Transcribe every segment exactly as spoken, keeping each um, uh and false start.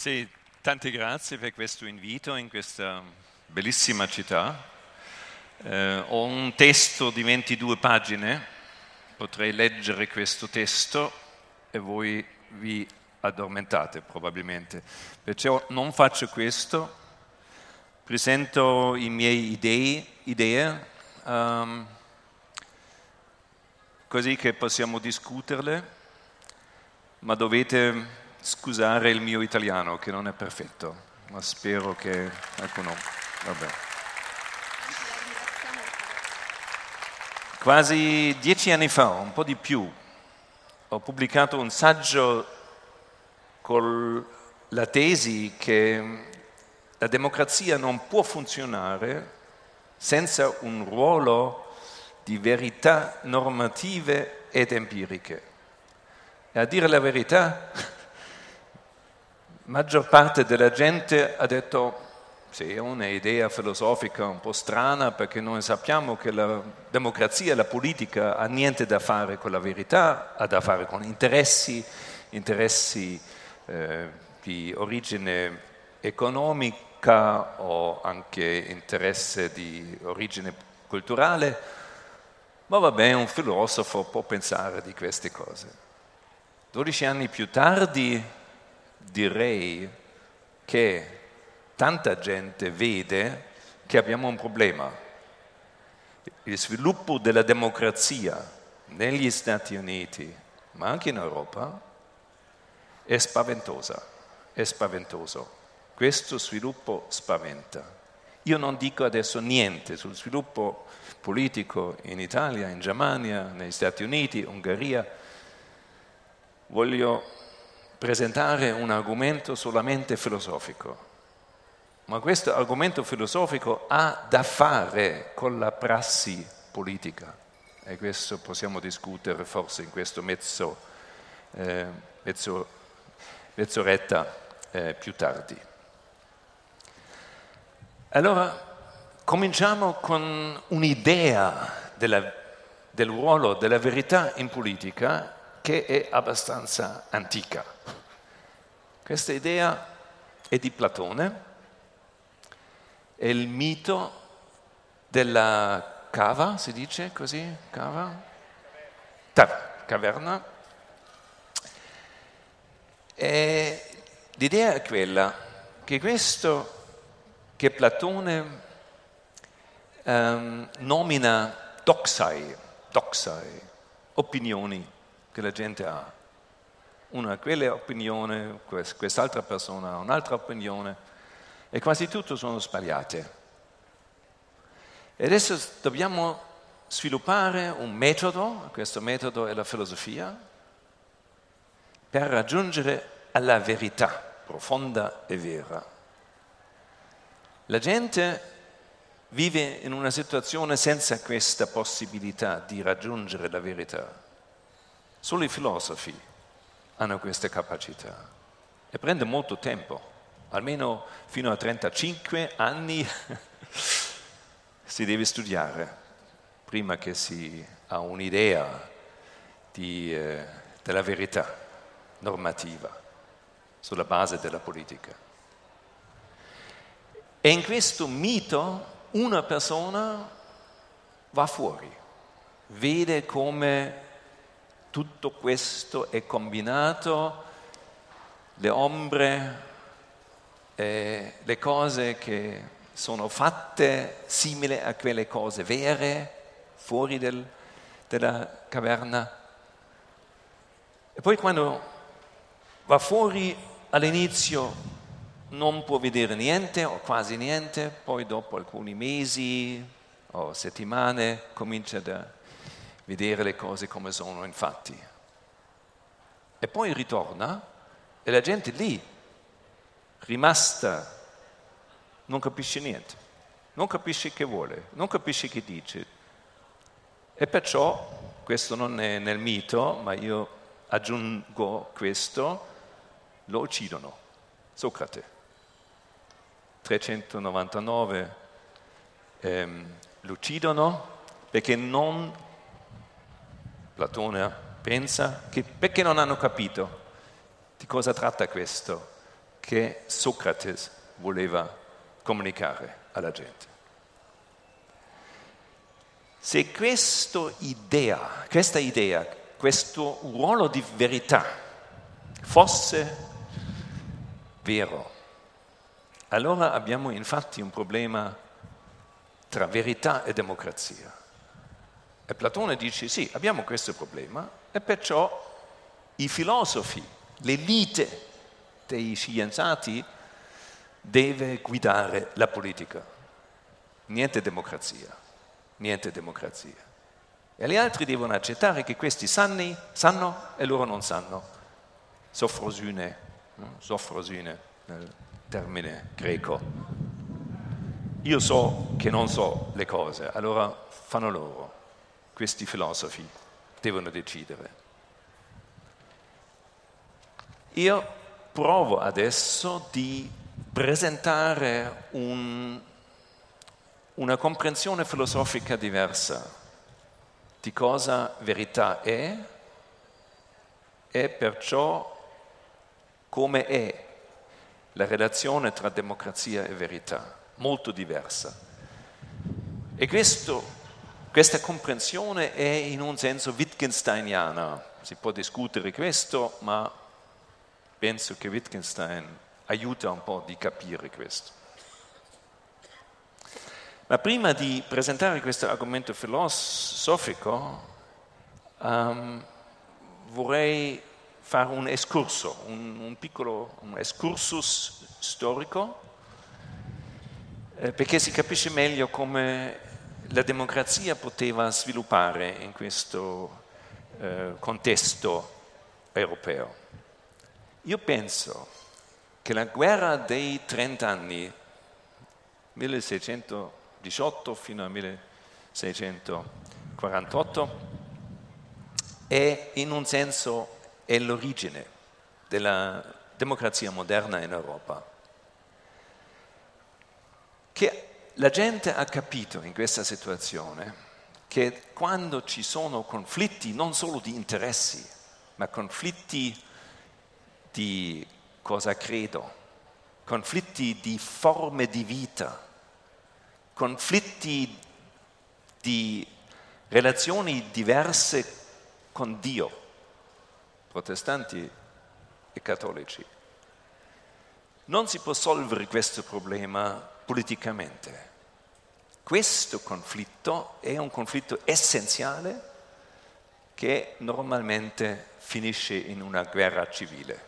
Sì, tante grazie per questo invito in questa bellissima città. Eh, ho un testo di ventidue pagine, potrei leggere questo testo e voi vi addormentate probabilmente. Perciò non faccio questo, presento i miei idee, idee um, così che possiamo discuterle, ma dovete scusare il mio italiano che non è perfetto, ma spero che qualcuno... Vabbè. Quasi dieci anni fa, un po' di più, ho pubblicato un saggio con la tesi che la democrazia non può funzionare senza un ruolo di verità normative ed empiriche. E a dire la verità, la maggior parte della gente ha detto sì, è un'idea filosofica un po' strana perché noi sappiamo che la democrazia e la politica ha niente da fare con la verità, ha da fare con interessi, interessi eh, di origine economica o anche interesse di origine culturale, ma vabbè, un filosofo può pensare di queste cose. Dodici anni più tardi direi che tanta gente vede che abbiamo un problema. Il sviluppo della democrazia negli Stati Uniti, ma anche in Europa, è spaventosa, è spaventoso. Questo sviluppo spaventa. Io non dico adesso niente sul sviluppo politico in Italia, in Germania, negli Stati Uniti, Ungheria. Voglio presentare un argomento solamente filosofico. Ma questo argomento filosofico ha da fare con la prassi politica e questo possiamo discutere forse in questo mezzo, eh, mezzo, mezz'oretta eh, più tardi. Allora, cominciamo con un'idea della, del ruolo della verità in politica che è abbastanza antica. Questa idea è di Platone. È il mito della cava, si dice così? Cava? Tav- caverna. E l'idea è quella che questo che Platone um, nomina doxai, doxai, opinioni che la gente ha. Una ha quelle opinioni, quest'altra persona ha un'altra opinione. E quasi tutto sono sbagliate. E adesso dobbiamo sviluppare un metodo, questo metodo è la filosofia, per raggiungere alla verità profonda e vera. La gente vive in una situazione senza questa possibilità di raggiungere la verità. Solo i filosofi hanno questa capacità e prende molto tempo. Almeno fino a trentacinque anni si deve studiare prima che si ha un'idea di, eh, della verità normativa sulla base della politica. E in questo mito una persona va fuori, vede come tutto questo è combinato, le ombre, Eh, le cose che sono fatte simili a quelle cose vere fuori del, della caverna. E poi quando va fuori all'inizio non può vedere niente o quasi niente, poi dopo alcuni mesi o settimane comincia a vedere le cose come sono infatti. E poi ritorna e la gente lì rimasta, non capisce niente, non capisce che vuole, non capisce che dice. E perciò, questo non è nel mito, ma io aggiungo questo, lo uccidono, Socrate. trecentonovantanove ehm, lo uccidono perché non, Platone pensa, che perché non hanno capito di cosa tratta questo. che Socrate voleva comunicare alla gente. Se questa idea, questa idea, questo ruolo di verità fosse vero, allora abbiamo infatti un problema tra verità e democrazia. E Platone dice sì, abbiamo questo problema e perciò i filosofi, l'elite dei scienziati deve guidare la politica. Niente democrazia, niente democrazia. E gli altri devono accettare che questi sanni, sanno e loro non sanno. Sofrosine, no? Sofrosine nel termine greco. Io so che non so le cose, allora fanno loro. Questi filosofi devono decidere. Io provo adesso di presentare un, una comprensione filosofica diversa di cosa verità è e perciò come è la relazione tra democrazia e verità, molto diversa. E questo, questa comprensione è in un senso wittgensteiniana. Si può discutere questo, ma penso che Wittgenstein aiuta un po' di capire questo. Ma prima di presentare questo argomento filosofico, um, vorrei fare un escurso, un, un piccolo un excursus storico, eh, perché si capisce meglio come la democrazia poteva sviluppare in questo eh, contesto europeo. Io penso che la guerra dei trent'anni, milleseicentodiciotto fino al milleseicentoquarantotto, è in un senso è l'origine della democrazia moderna in Europa. Che la gente ha capito in questa situazione che quando ci sono conflitti non solo di interessi, ma conflitti di cosa credo, conflitti di forme di vita, conflitti di relazioni diverse con Dio, protestanti e cattolici. Non si può risolvere questo problema politicamente. Questo conflitto è un conflitto essenziale che normalmente finisce in una guerra civile.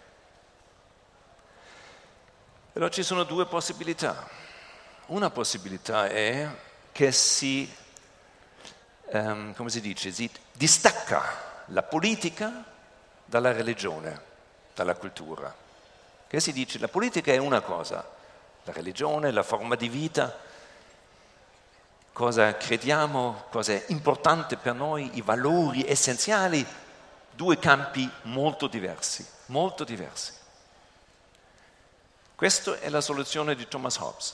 Allora ci sono due possibilità. Una possibilità è che si, um, come si dice, si distacca la politica dalla religione, dalla cultura. Che si dice, la politica è una cosa, la religione, la forma di vita, cosa crediamo, cosa è importante per noi, i valori essenziali, due campi molto diversi, molto diversi. Questa è la soluzione di Thomas Hobbes.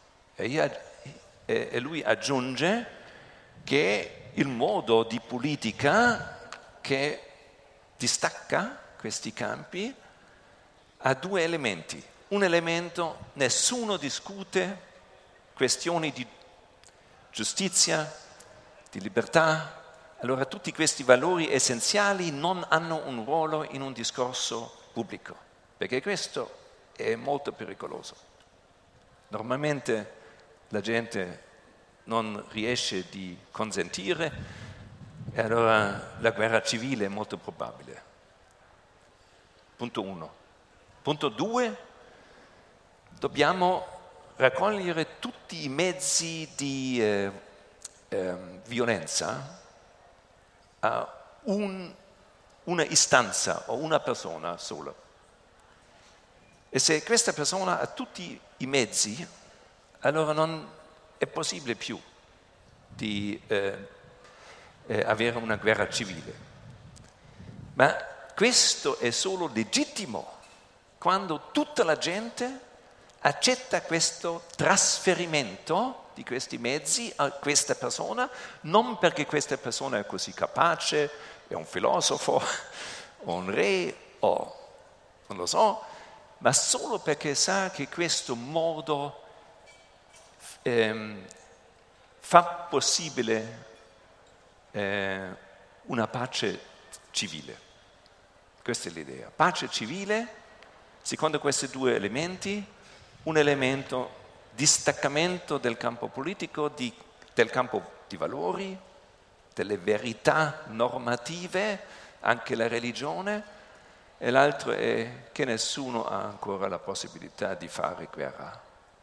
E lui aggiunge che il modo di politica che distacca questi campi ha due elementi. Un elemento, nessuno discute questioni di giustizia, di libertà. Allora tutti questi valori essenziali non hanno un ruolo in un discorso pubblico, perché questo è molto pericoloso. Normalmente la gente non riesce a consentire e allora la guerra civile è molto probabile. Punto uno. Punto due, dobbiamo raccogliere tutti i mezzi di eh, eh, violenza a un, una istanza o una persona sola. E se questa persona ha tutti i mezzi, allora non è possibile più di eh, eh, avere una guerra civile. Ma questo è solo legittimo quando tutta la gente accetta questo trasferimento di questi mezzi a questa persona, non perché questa persona è così capace, è un filosofo, o un re, o non lo so, ma solo perché sa che questo modo ehm, fa possibile eh, una pace civile. Questa è l'idea. Pace civile, secondo questi due elementi, un elemento distaccamento del campo politico, di, del campo di valori, delle verità normative, anche la religione, e l'altro è che nessuno ha ancora la possibilità di fare guerra.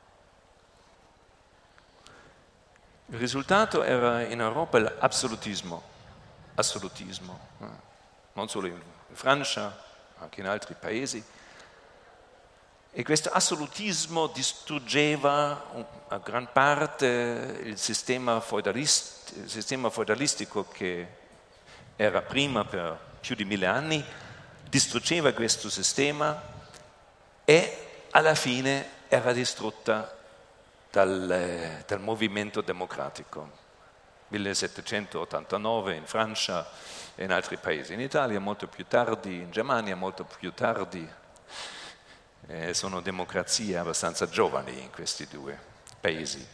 Il risultato era in Europa l'assolutismo, assolutismo, eh? non solo in Francia, anche in altri paesi. E questo assolutismo distruggeva a gran parte il sistema, feudalist, il sistema feudalistico che era prima per più di mille anni, distruggeva questo sistema e alla fine era distrutta dal, dal movimento democratico. millesettecentottantanove in Francia e in altri paesi, in Italia molto più tardi, in Germania molto più tardi. Eh, sono democrazie abbastanza giovani in questi due paesi.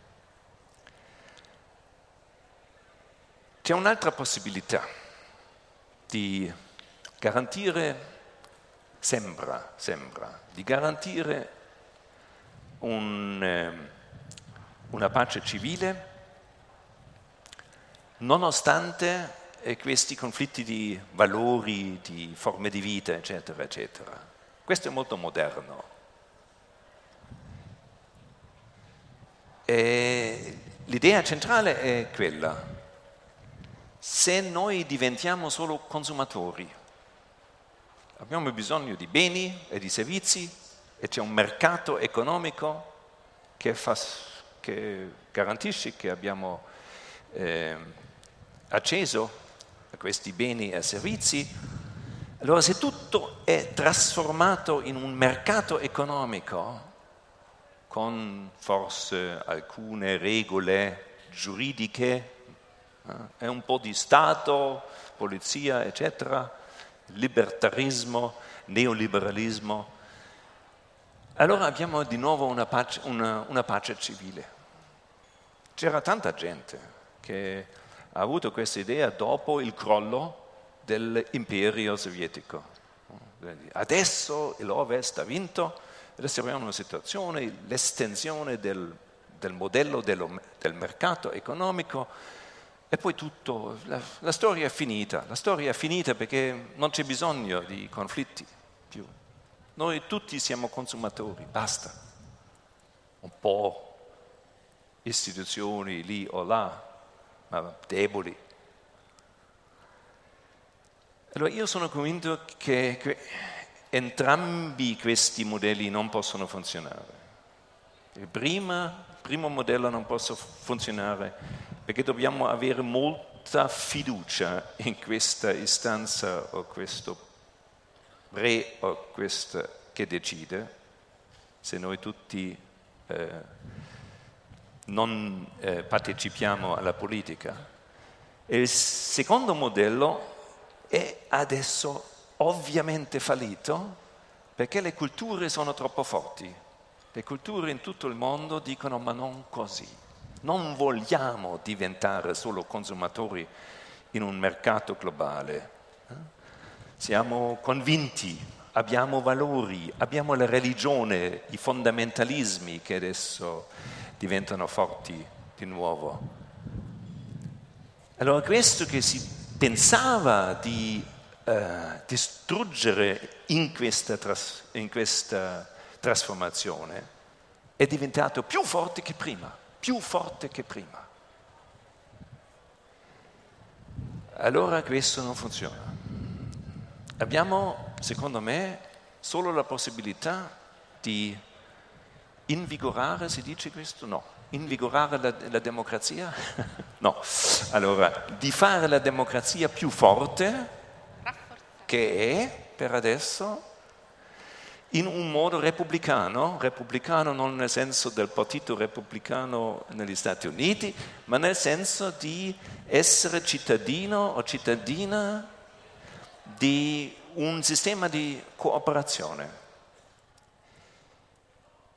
C'è un'altra possibilità di garantire, sembra, sembra, di garantire un, eh, una pace civile nonostante eh, questi conflitti di valori, di forme di vita, eccetera, eccetera. Questo è molto moderno. E l'idea centrale è quella: se noi diventiamo solo consumatori, abbiamo bisogno di beni e di servizi e c'è un mercato economico che, fa, che garantisce che abbiamo eh, acceso a questi beni e servizi. Allora, se tutto è trasformato in un mercato economico, con forse alcune regole giuridiche, eh, e un po' di Stato, polizia, eccetera, libertarismo, neoliberalismo, allora abbiamo di nuovo una pace, una, una pace civile. C'era tanta gente che ha avuto questa idea dopo il crollo dell'imperio sovietico. Adesso l'Ovest ha vinto, adesso abbiamo una situazione, l'estensione del, del modello dello, del mercato economico e poi tutto, la, la storia è finita, la storia è finita perché non c'è bisogno di conflitti più. Noi tutti siamo consumatori, basta. Un po' istituzioni lì o là, ma deboli. Allora io sono convinto che, che entrambi questi modelli non possono funzionare. Il prima, primo modello non può funzionare perché dobbiamo avere molta fiducia in questa istanza o questo re o questa che decide, se noi tutti eh, non eh, partecipiamo alla politica. E il secondo modello è adesso ovviamente fallito perché le culture sono troppo forti. Le culture in tutto il mondo dicono ma non così. Non vogliamo diventare solo consumatori in un mercato globale. Siamo convinti, abbiamo valori, abbiamo la religione, i fondamentalismi che adesso diventano forti di nuovo. Allora questo che si pensava di eh, distruggere in questa, tras- in questa trasformazione è diventato più forte che prima, più forte che prima. Allora questo non funziona. Abbiamo, secondo me, solo la possibilità di invigorare, si dice questo? No. Invigorare la, la democrazia? No. Allora, di fare la democrazia più forte, che è, per adesso, in un modo repubblicano, repubblicano non nel senso del partito repubblicano negli Stati Uniti, ma nel senso di essere cittadino o cittadina di un sistema di cooperazione.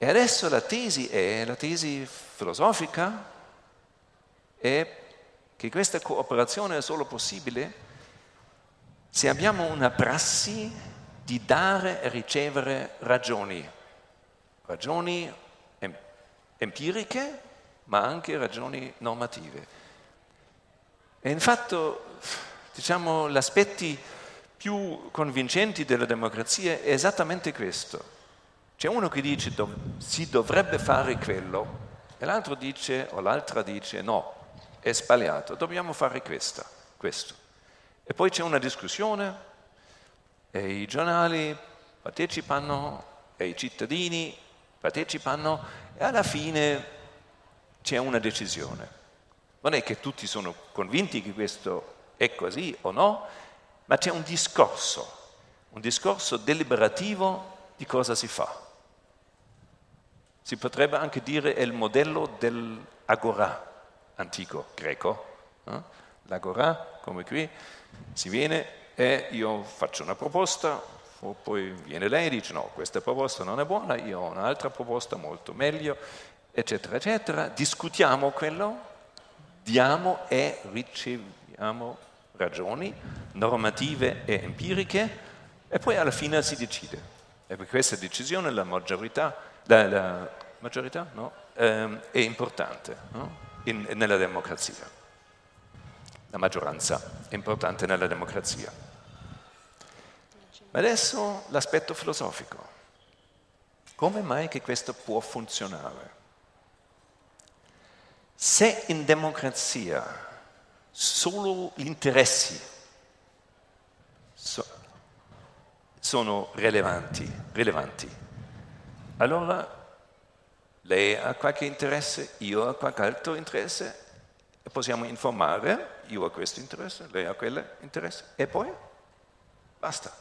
E adesso la tesi è, la tesi filosofica è che questa cooperazione è solo possibile se abbiamo una prassi di dare e ricevere ragioni, ragioni em- empiriche, ma anche ragioni normative. E infatti, diciamo, gli aspetti più convincenti della democrazia è esattamente questo. C'è uno che dice dov- si dovrebbe fare quello e l'altro dice, o l'altra dice no, è sbagliato, dobbiamo fare questa, questo. E poi c'è una discussione e i giornali partecipano e i cittadini partecipano e alla fine c'è una decisione. Non è che tutti sono convinti che questo è così o no, ma c'è un discorso, un discorso deliberativo di cosa si fa. Si potrebbe anche dire è il modello dell'agorà antico greco. Eh? L'agorà, come qui, si viene e io faccio una proposta, poi viene lei e dice no, questa proposta non è buona, io ho un'altra proposta molto meglio, eccetera, eccetera. Discutiamo quello, diamo e riceviamo ragioni normative e empiriche e poi alla fine si decide. E per questa decisione la maggiorità La, la maggiorità no? eh, è importante no? In, nella democrazia. La maggioranza è importante nella democrazia. Ma adesso l'aspetto filosofico. Come mai che questo può funzionare? Se in democrazia solo gli interessi so, sono rilevanti, rilevanti, allora lei ha qualche interesse, io ho qualche altro interesse e possiamo informare, io ho questo interesse, lei ha quell'interesse e poi basta.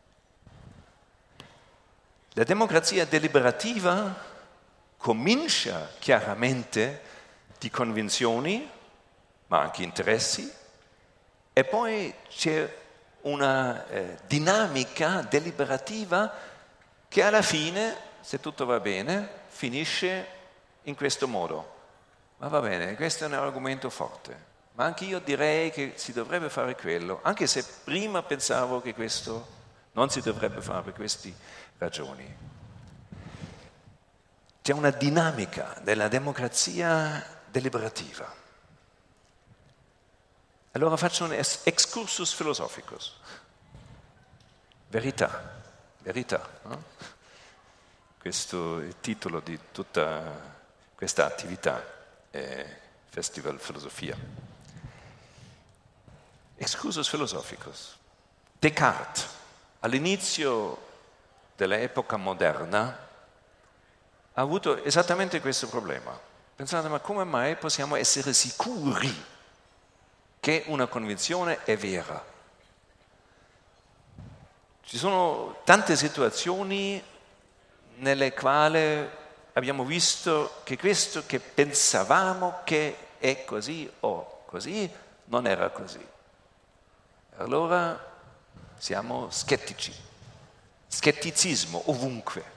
La democrazia deliberativa comincia chiaramente di convinzioni, ma anche interessi, e poi c'è una eh, dinamica deliberativa che alla fine, se tutto va bene, finisce in questo modo. Ma va bene, questo è un argomento forte, ma anche io direi che si dovrebbe fare quello, anche se prima pensavo che questo non si dovrebbe fare per queste ragioni. C'è una dinamica della democrazia deliberativa. Allora faccio un excursus philosophicus. Verità, verità. No? Questo è il titolo di tutta questa attività, eh, Festival Filosofia. Excursus philosophicus. Descartes, all'inizio dell'epoca moderna, ha avuto esattamente questo problema. Pensate, ma come mai possiamo essere sicuri che una convinzione è vera? Ci sono tante situazioni nelle quali abbiamo visto che questo che pensavamo che è così o così non era così. Allora siamo scettici, scetticismo ovunque.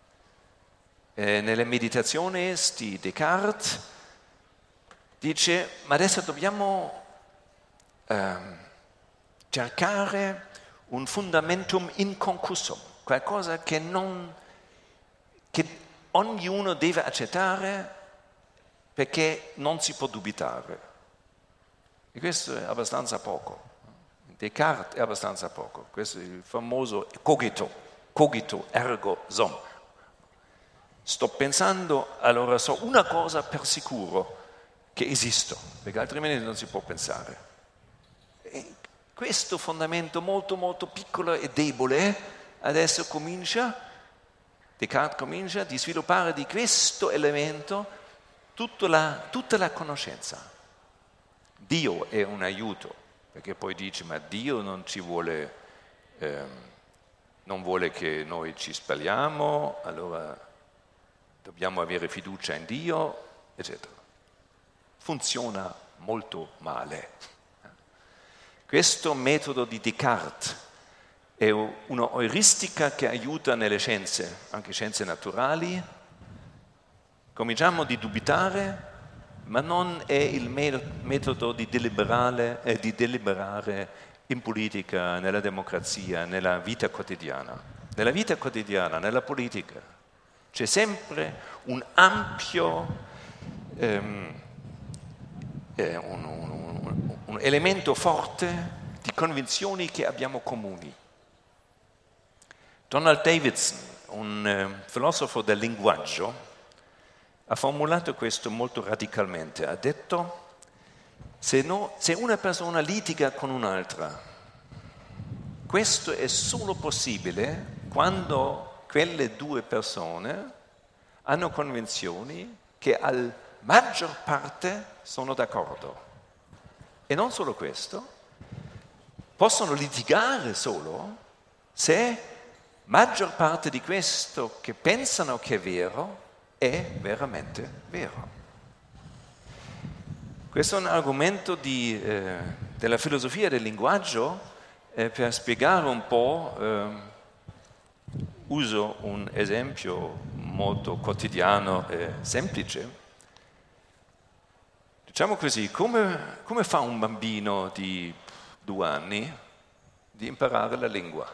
E nelle meditazioni di Descartes dice, ma adesso dobbiamo ehm, cercare un fundamentum inconcussum, qualcosa che, non, che ognuno deve accettare perché non si può dubitare. E questo è abbastanza poco. Descartes è abbastanza poco. Questo è il famoso cogito, cogito ergo sum. Sto pensando, allora so una cosa per sicuro, che esisto, perché altrimenti non si può pensare. E questo fondamento molto molto piccolo e debole adesso comincia, Descartes comincia a sviluppare di questo elemento tutta la, tutta la conoscenza. Dio è un aiuto, perché poi dice, ma Dio non ci vuole, ehm, non vuole che noi ci sbagliamo, allora dobbiamo avere fiducia in Dio, eccetera. Funziona molto male. Questo metodo di Descartes è una euristica che aiuta nelle scienze, anche scienze naturali, cominciamo a dubitare, ma non è il metodo di deliberare, eh, di deliberare in politica, nella democrazia, nella vita quotidiana. Nella vita quotidiana, nella politica, c'è sempre un ampio ehm, eh, un, un, un elemento forte di convinzioni che abbiamo comuni. Donald Davidson, un eh, filosofo del linguaggio, ha formulato questo molto radicalmente. Ha detto, se, no, se una persona litiga con un'altra, questo è solo possibile quando quelle due persone hanno convinzioni che alla maggior parte sono d'accordo. E non solo questo, possono litigare solo se maggior parte di questo che pensano che è vero è veramente vero. Questo è un argomento di, eh, della filosofia del linguaggio eh, per spiegare un po', eh, uso un esempio molto quotidiano e semplice. Diciamo così, come, come fa un bambino di due anni di imparare la lingua?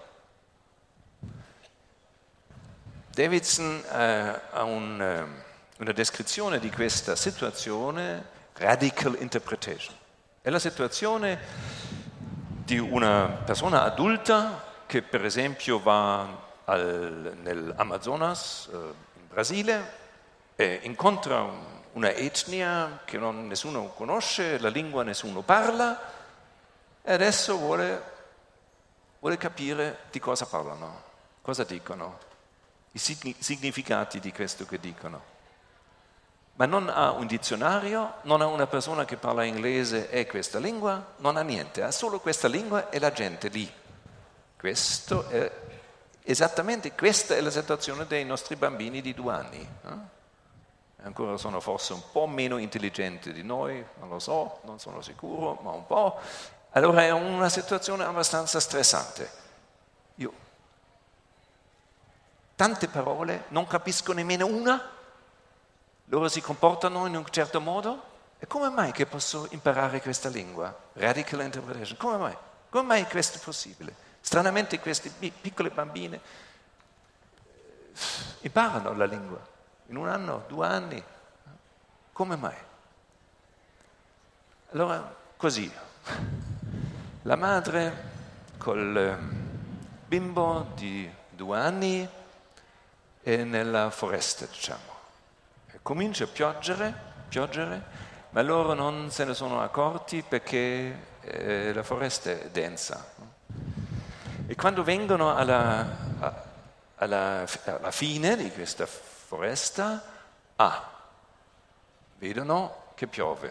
Davidson eh, ha un, eh, una descrizione di questa situazione, radical interpretation. È la situazione di una persona adulta che per esempio va al, nell'Amazonas, eh, in Brasile, e incontra una etnia che non, nessuno conosce, la lingua nessuno parla, e adesso vuole, vuole capire di cosa parlano, cosa dicono, i significati di questo che dicono. Ma non ha un dizionario, non ha una persona che parla inglese e questa lingua, non ha niente, ha solo questa lingua e la gente lì. Questo è, esattamente questa è la situazione dei nostri bambini di due anni. Eh? Ancora sono forse un po' meno intelligenti di noi, non lo so, non sono sicuro, ma un po'. Allora è una situazione abbastanza stressante. Io tante parole, non capisco nemmeno una, loro si comportano in un certo modo, e come mai che posso imparare questa lingua? Radical interpretation, come mai? Come mai questo è possibile? Stranamente queste piccole bambine imparano la lingua, in un anno, due anni, come mai? Allora, così, la madre col bimbo di due anni è nella foresta, diciamo. E comincia a piogere, piogere, ma loro non se ne sono accorti perché eh, la foresta è densa. E quando vengono alla, alla, alla fine di questa foresta, ah, vedono che piove.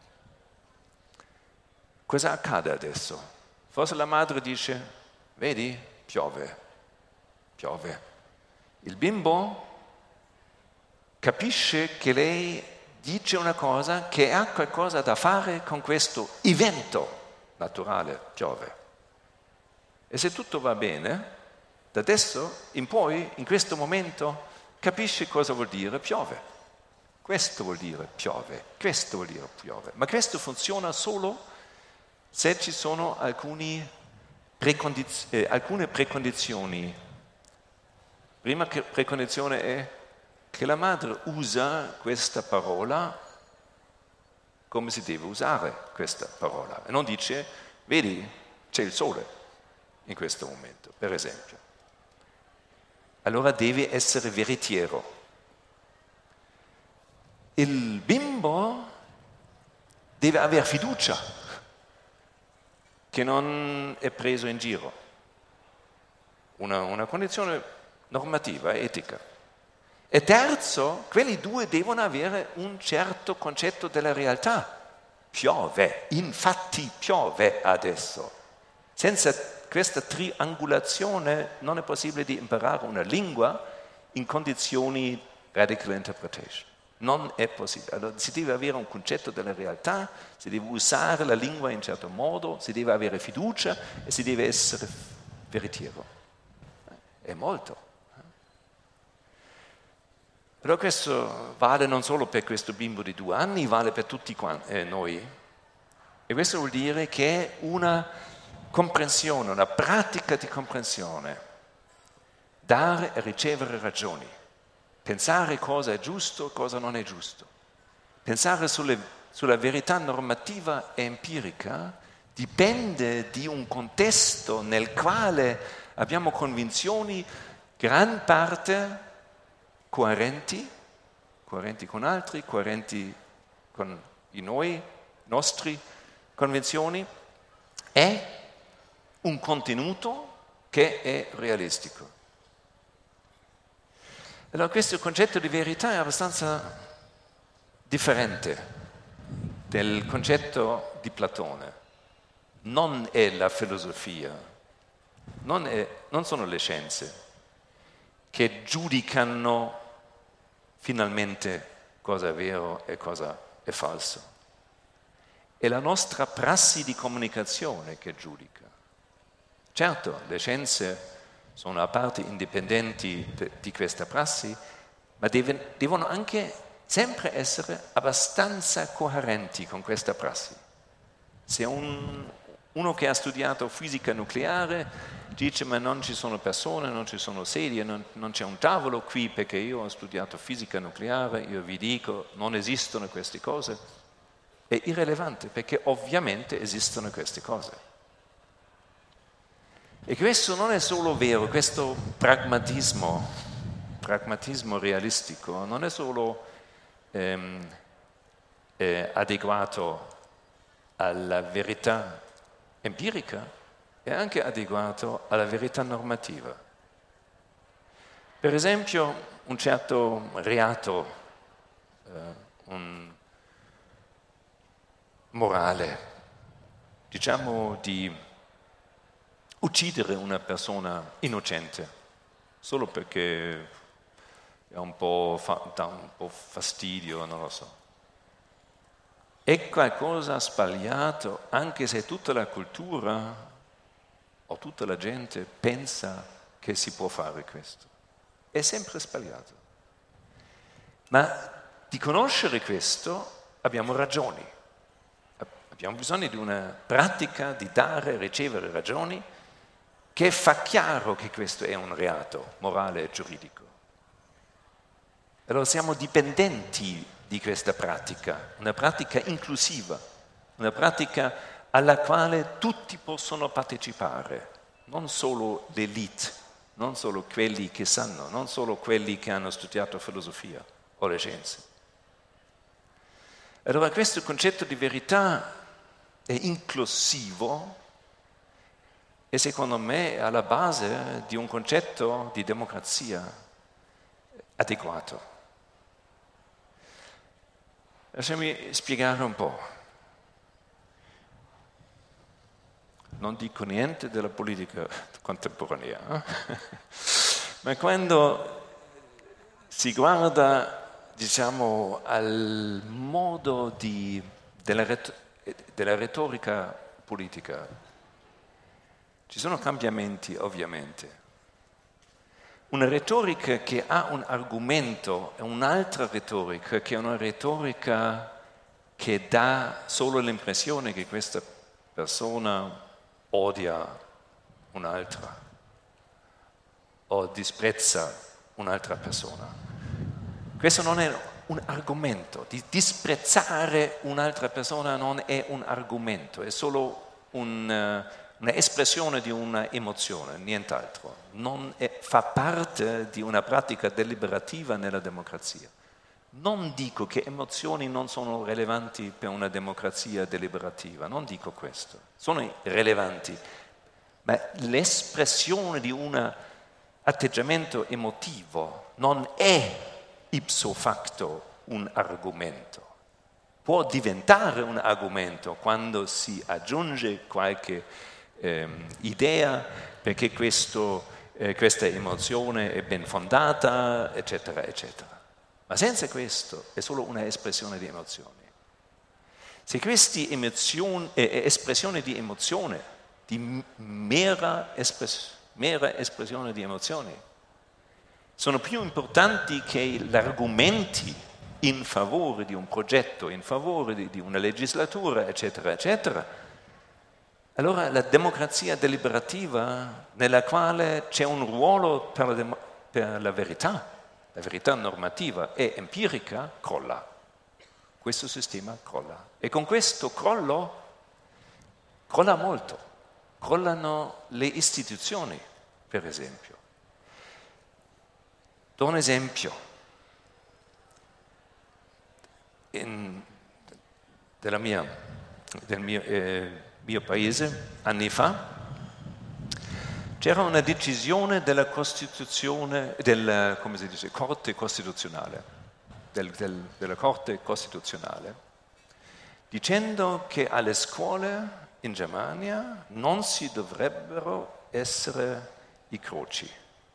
Cosa accade adesso? Forse la madre dice, vedi, piove, piove. Il bimbo capisce che lei dice una cosa, che ha qualcosa da fare con questo evento naturale, piove. E se tutto va bene, da adesso in poi, in questo momento, capisce cosa vuol dire piove. Questo vuol dire piove, questo vuol dire piove. Ma questo funziona solo se ci sono alcuni precondiz- eh, alcune precondizioni. Prima precondizione è che la madre usa questa parola come si deve usare questa parola. E non dice, vedi, c'è il sole in questo momento, per esempio. Allora deve essere veritiero. Il bimbo deve avere fiducia che non è preso in giro. Una, una condizione normativa, etica. E terzo, quelli due devono avere un certo concetto della realtà. Piove, infatti piove adesso. Senza questa triangolazione non è possibile di imparare una lingua in condizioni radical interpretation. Non è possibile. Allora, si deve avere un concetto della realtà, si deve usare la lingua in un certo modo, si deve avere fiducia e si deve essere veritiero. È molto. Però questo vale non solo per questo bimbo di due anni, vale per tutti quanti, eh, noi. E questo vuol dire che è una comprensione, una pratica di comprensione. Dare e ricevere ragioni. Pensare cosa è giusto, cosa non è giusto. Pensare sulle, sulla verità normativa e empirica dipende di un contesto nel quale abbiamo convinzioni gran parte coerenti, coerenti con altri, coerenti con i noi, nostri convinzioni, e un contenuto che è realistico. Allora questo concetto di verità è abbastanza differente del concetto di Platone. Non è la filosofia, non, è, non sono le scienze che giudicano finalmente cosa è vero e cosa è falso. È la nostra prassi di comunicazione che giudica. Certo, le scienze sono a parte indipendenti di questa prassi, ma deve, devono anche sempre essere abbastanza coerenti con questa prassi. Se un, uno che ha studiato fisica nucleare dice ma non ci sono persone, non ci sono sedie, non, non c'è un tavolo qui perché io ho studiato fisica nucleare, io vi dico non esistono queste cose, è irrilevante perché ovviamente esistono queste cose. E questo non è solo vero, questo pragmatismo, pragmatismo realistico, non è solo ehm, eh, adeguato alla verità empirica, è anche adeguato alla verità normativa. Per esempio, un certo reato, eh, un morale, diciamo di uccidere una persona innocente, solo perché è un po' fa- dà un po' fastidio, non lo so. È qualcosa sbagliato, anche se tutta la cultura o tutta la gente pensa che si può fare questo. È sempre sbagliato. Ma di conoscere questo abbiamo ragioni. Abbiamo bisogno di una pratica di dare e ricevere ragioni che fa chiaro che questo è un reato morale e giuridico. Allora siamo dipendenti di questa pratica, una pratica inclusiva, una pratica alla quale tutti possono partecipare, non solo l'elite, non solo quelli che sanno, non solo quelli che hanno studiato filosofia o le scienze. Allora questo concetto di verità è inclusivo e secondo me è alla base di un concetto di democrazia adeguato. Lasciami spiegare un po'. Non dico niente della politica contemporanea, eh? Ma quando si guarda, diciamo, al modo di, della, ret- della retorica politica, ci sono cambiamenti ovviamente. Una retorica che ha un argomento è un'altra retorica che è una retorica che dà solo l'impressione che questa persona odia un'altra o disprezza un'altra persona. Questo non è un argomento. Di disprezzare un'altra persona non è un argomento, è solo un, un'espressione di una emozione, nient'altro. Non è, fa parte di una pratica deliberativa nella democrazia. Non dico che emozioni non sono rilevanti per una democrazia deliberativa, non dico questo. Sono rilevanti, ma l'espressione di un atteggiamento emotivo non è ipso facto un argomento. Può diventare un argomento quando si aggiunge qualche ehm, idea perché questo, eh, questa emozione è ben fondata, eccetera, eccetera. Ma senza questo è solo una espressione di emozioni. Se queste emozioni, eh, espressioni di emozione, di mera, espres- mera espressione di emozioni, sono più importanti che gli argomenti in favore di un progetto, in favore di, di una legislatura, eccetera, eccetera, allora la democrazia deliberativa, nella quale c'è un ruolo per la, dem- per la verità, la verità normativa e empirica, crolla. Questo sistema crolla. E con questo crollo crolla molto. Crollano le istituzioni, per esempio. Do un esempio In, della mia, del mio, eh, mio paese, anni fa, c'era una decisione della Costituzione, del, come si dice, Corte Costituzionale, del, del, della Corte Costituzionale, dicendo che alle scuole in Germania non si dovrebbero essere i croci.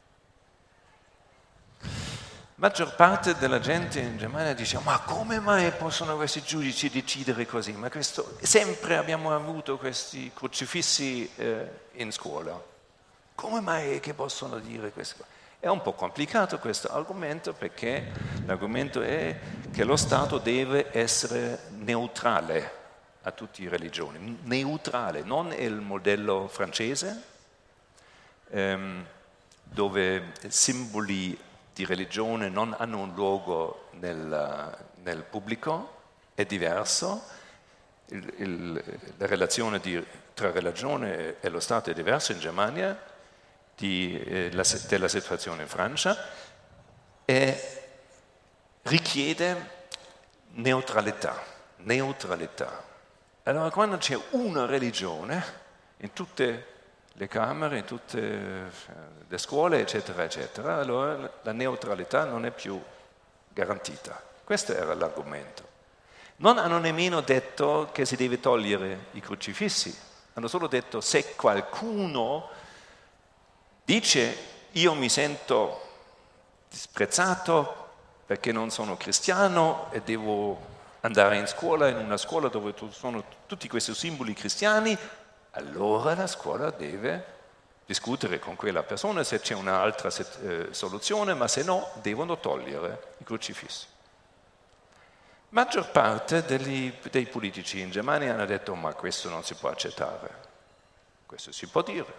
Maggior parte della gente in Germania dice: ma come mai possono questi giudici decidere così? Ma questo, sempre abbiamo avuto questi crocifissi eh, in scuola. Come mai che possono dire questo? È un po' complicato questo argomento, perché l'argomento è che lo Stato deve essere neutrale a tutte le religioni. Neutrale, non il modello francese, ehm, dove simboli di religione non hanno un luogo nel, nel pubblico, è diverso, il, il, la relazione di, tra religione e lo Stato è diversa in Germania di, eh, la, della situazione in Francia, e richiede neutralità, neutralità. Allora quando c'è una religione in tutte le camere, in tutte le scuole, eccetera, eccetera, allora la neutralità non è più garantita. Questo era l'argomento. Non hanno nemmeno detto che si deve togliere i crocifissi, hanno solo detto: se qualcuno dice io mi sento disprezzato perché non sono cristiano e devo andare in scuola, in una scuola dove sono tutti questi simboli cristiani, allora la scuola deve discutere con quella persona se c'è un'altra eh, soluzione, ma se no devono togliere i crocifissi. Maggior parte degli, dei politici in Germania hanno detto: ma questo non si può accettare, questo si può dire.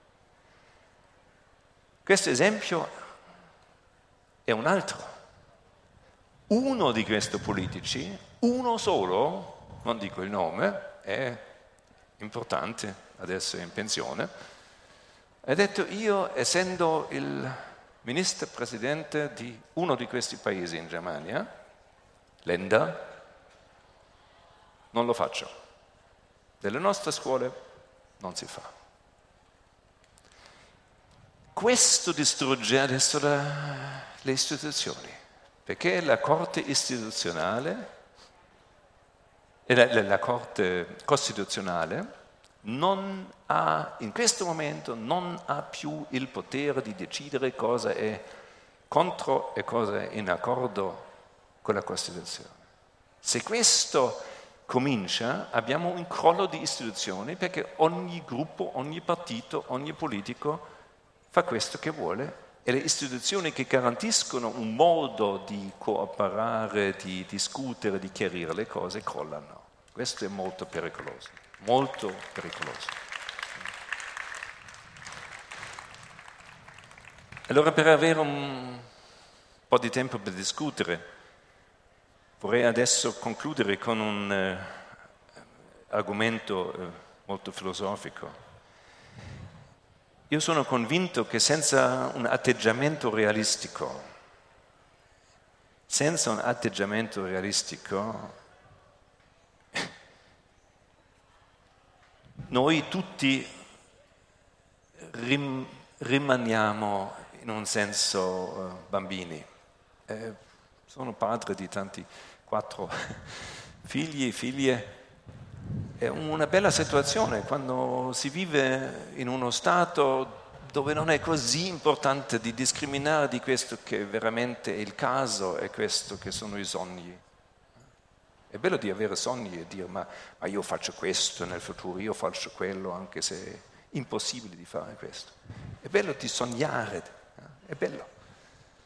Questo esempio è un altro. Uno di questi politici, uno solo, non dico il nome, è importante, adesso è in pensione, ha detto: io, essendo il ministro presidente di uno di questi paesi in Germania, Länder, non lo faccio. Nelle nostre scuole non si fa. Questo distrugge adesso la, le istituzioni, perché la Corte istituzionale La, la Corte Costituzionale non ha, in questo momento, non ha più il potere di decidere cosa è contro e cosa è in accordo con la Costituzione. Se questo comincia, abbiamo un crollo di istituzioni, perché ogni gruppo, ogni partito, ogni politico fa questo che vuole, e le istituzioni che garantiscono un modo di cooperare, di discutere, di chiarire le cose, crollano. Questo è molto pericoloso, molto pericoloso. Allora, per avere un po' di tempo per discutere, vorrei adesso concludere con un eh, argomento eh, molto filosofico. Io sono convinto che senza un atteggiamento realistico, senza un atteggiamento realistico, noi tutti rim- rimaniamo in un senso uh, bambini. Eh, sono padre di tanti, quattro figli e figlie. È una bella situazione quando si vive in uno stato dove non è così importante di discriminare di questo che veramente è il caso e questo che sono i sogni. È bello di avere sogni e dire ma, ma io faccio questo nel futuro, io faccio quello, anche se è impossibile di fare questo. È bello di sognare, eh? È bello.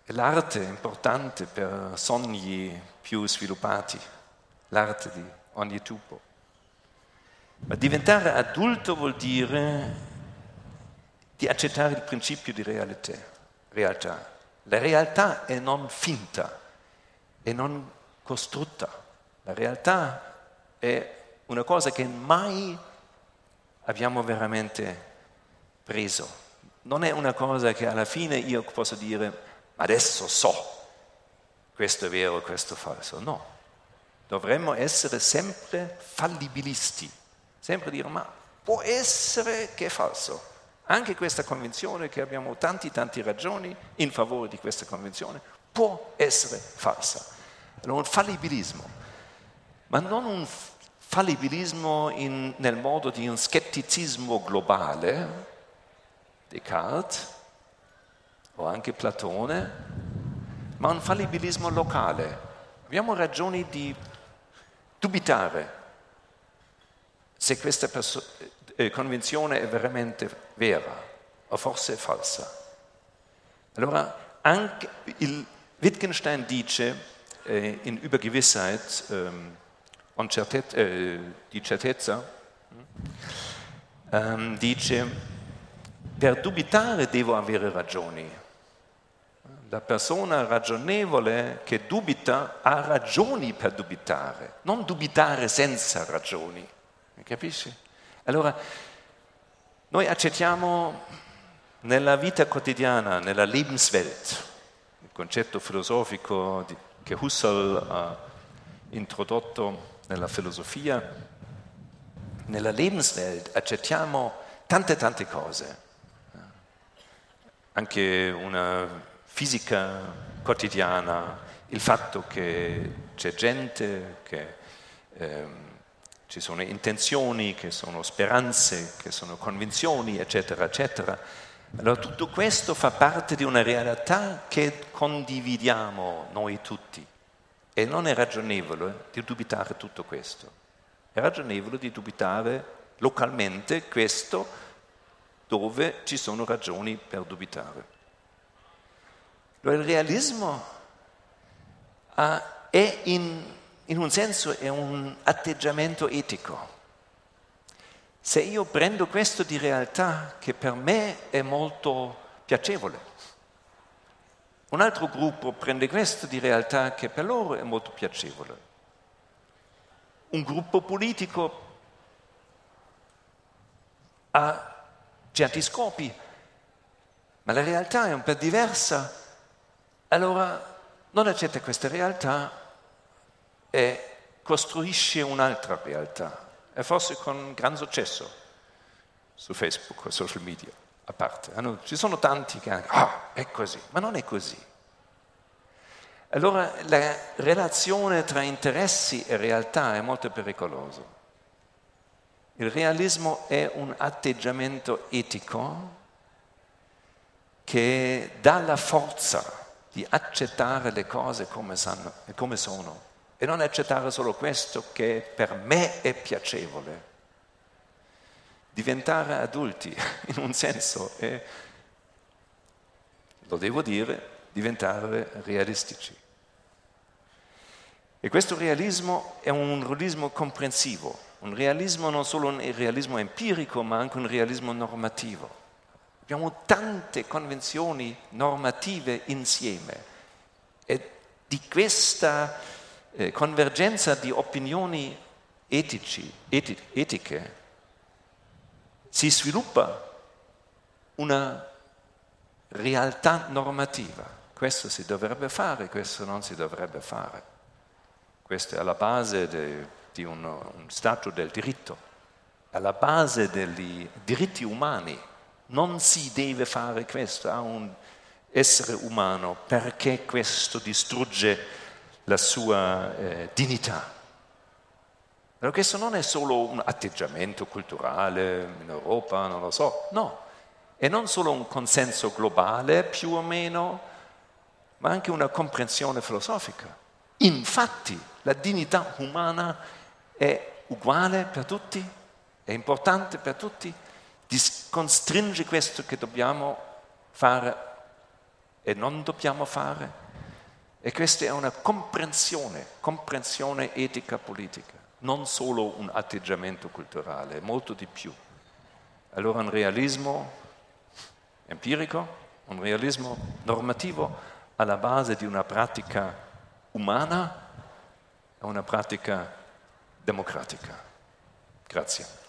E l'arte è importante per sogni più sviluppati, l'arte di ogni tipo. Ma diventare adulto vuol dire di accettare il principio di realtà. realtà. La realtà è non finta, è non costrutta. La realtà è una cosa che mai abbiamo veramente preso. Non è una cosa che alla fine io posso dire, ma adesso so, questo è vero, questo è falso. No, dovremmo essere sempre fallibilisti, sempre dire, ma può essere che è falso. Anche questa convinzione, che abbiamo tanti, tanti ragioni in favore di questa convinzione, può essere falsa. Allora un fallibilismo, ma non un fallibilismo in, nel modo di un scetticismo globale, Descartes o anche Platone, ma un fallibilismo locale. Abbiamo ragioni di dubitare se questa perso- eh, convinzione è veramente vera o forse è falsa. Allora anche il Wittgenstein dice eh, in Über Gewissheit ähm, und certezza, eh, di certezza, ähm, dice per dubitare devo avere ragioni. La persona ragionevole che dubita ha ragioni per dubitare, non dubitare senza ragioni. Mi capisci? Allora, noi accettiamo nella vita quotidiana, nella Lebenswelt, il concetto filosofico di, che Husserl ha introdotto nella filosofia, nella Lebenswelt accettiamo tante tante cose. Anche una fisica quotidiana, il fatto che c'è gente, che ehm, ci sono intenzioni, che sono speranze, che sono convinzioni, eccetera, eccetera. Allora tutto questo fa parte di una realtà che condividiamo noi tutti e non è ragionevole di dubitare tutto questo. È ragionevole di dubitare localmente questo dove ci sono ragioni per dubitare. Il realismo uh, è in, in un senso è un atteggiamento etico. Se io prendo questo di realtà che per me è molto piacevole, un altro gruppo prende questo di realtà che per loro è molto piacevole. Un gruppo politico ha certi scopi, ma la realtà è un po' diversa, allora non accetta questa realtà e costruisce un'altra realtà, e forse con gran successo su Facebook o social media, a parte. Ci sono tanti che anche, ah, è così, ma non è così. Allora la relazione tra interessi e realtà è molto pericolosa. Il realismo è un atteggiamento etico che dà la forza di accettare le cose come, sanno, come sono e non accettare solo questo che per me è piacevole. Diventare adulti, in un senso, è, lo devo dire, diventare realistici. E questo realismo è un realismo comprensivo. Un realismo non solo un realismo empirico, ma anche un realismo normativo. Abbiamo tante convenzioni normative insieme e di questa eh, convergenza di opinioni etici, eti- etiche si sviluppa una realtà normativa. Questo si dovrebbe fare, questo non si dovrebbe fare. Questo è alla base de, di un, un Stato del diritto, alla base dei diritti umani. Non si deve fare questo a un essere umano perché questo distrugge la sua eh, dignità. Allora questo non è solo un atteggiamento culturale in Europa, non lo so, no. È non solo un consenso globale, più o meno, ma anche una comprensione filosofica. Infatti, la dignità umana è uguale per tutti, è importante per tutti, costringe questo che dobbiamo fare e non dobbiamo fare. E questa è una comprensione, comprensione etica politica, non solo un atteggiamento culturale, molto di più. Allora un realismo empirico, un realismo normativo alla base di una pratica umana e una pratica democratica. Grazie.